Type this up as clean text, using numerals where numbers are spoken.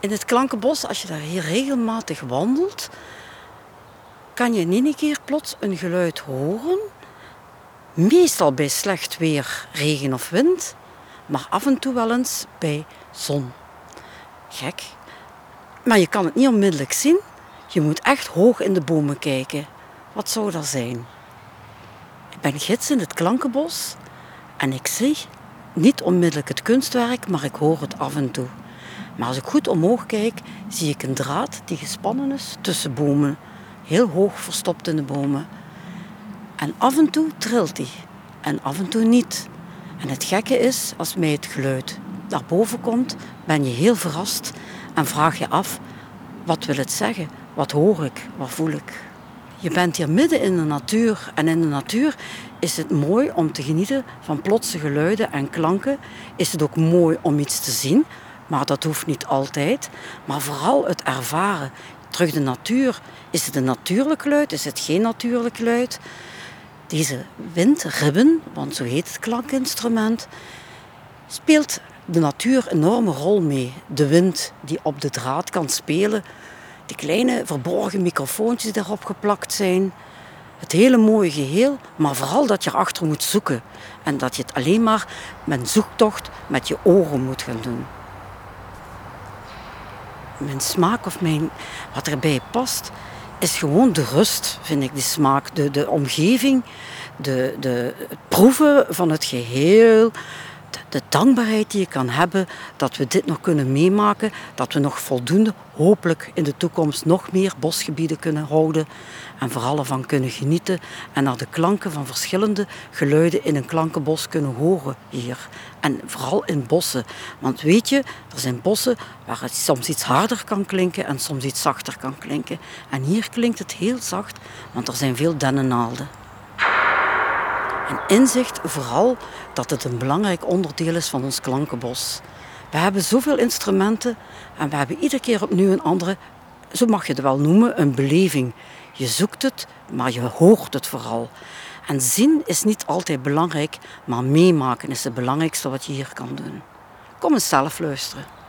In het Klankenbos, als je daar hier regelmatig wandelt, kan je in één keer plots een geluid horen. Meestal bij slecht weer, regen of wind, maar af en toe wel eens bij zon. Gek. Maar je kan het niet onmiddellijk zien. Je moet echt hoog in de bomen kijken. Wat zou dat zijn? Ik ben gids in het Klankenbos en ik zie niet onmiddellijk het kunstwerk, maar ik hoor het af en toe. Maar als ik goed omhoog kijk, zie ik een draad die gespannen is tussen bomen. Heel hoog verstopt in de bomen. En af en toe trilt die. En af en toe niet. En het gekke is, als mij het geluid daarboven komt, ben je heel verrast en vraag je af, wat wil het zeggen? Wat hoor ik? Wat voel ik? Je bent hier midden in de natuur. En in de natuur is het mooi om te genieten van plotse geluiden en klanken. Is het ook mooi om iets te zien, maar dat hoeft niet altijd. Maar vooral het ervaren. Terug de natuur. Is het een natuurlijk geluid? Is het geen natuurlijk geluid? Deze windribben, want zo heet het klankinstrument, speelt de natuur een enorme rol mee. De wind die op de draad kan spelen, de kleine verborgen microfoontjes die erop geplakt zijn. Het hele mooie geheel, maar vooral dat je erachter moet zoeken. En dat je het alleen maar met een zoektocht met je oren moet gaan doen. Mijn smaak of wat erbij past, is gewoon de rust, vind ik, die smaak. De omgeving, het proeven van het geheel, de dankbaarheid die je kan hebben dat we dit nog kunnen meemaken, dat we nog voldoende, hopelijk in de toekomst, nog meer bosgebieden kunnen houden en vooral ervan kunnen genieten en naar de klanken van verschillende geluiden in een klankenbos kunnen horen hier. En vooral in bossen. Want weet je, er zijn bossen waar het soms iets harder kan klinken en soms iets zachter kan klinken. En hier klinkt het heel zacht, want er zijn veel dennennaalden. En inzicht vooral dat het een belangrijk onderdeel is van ons klankenbos. We hebben zoveel instrumenten en we hebben iedere keer opnieuw een andere, zo mag je het wel noemen, een beleving. Je zoekt het, maar je hoort het vooral. En zien is niet altijd belangrijk, maar meemaken is het belangrijkste wat je hier kan doen. Kom eens zelf luisteren.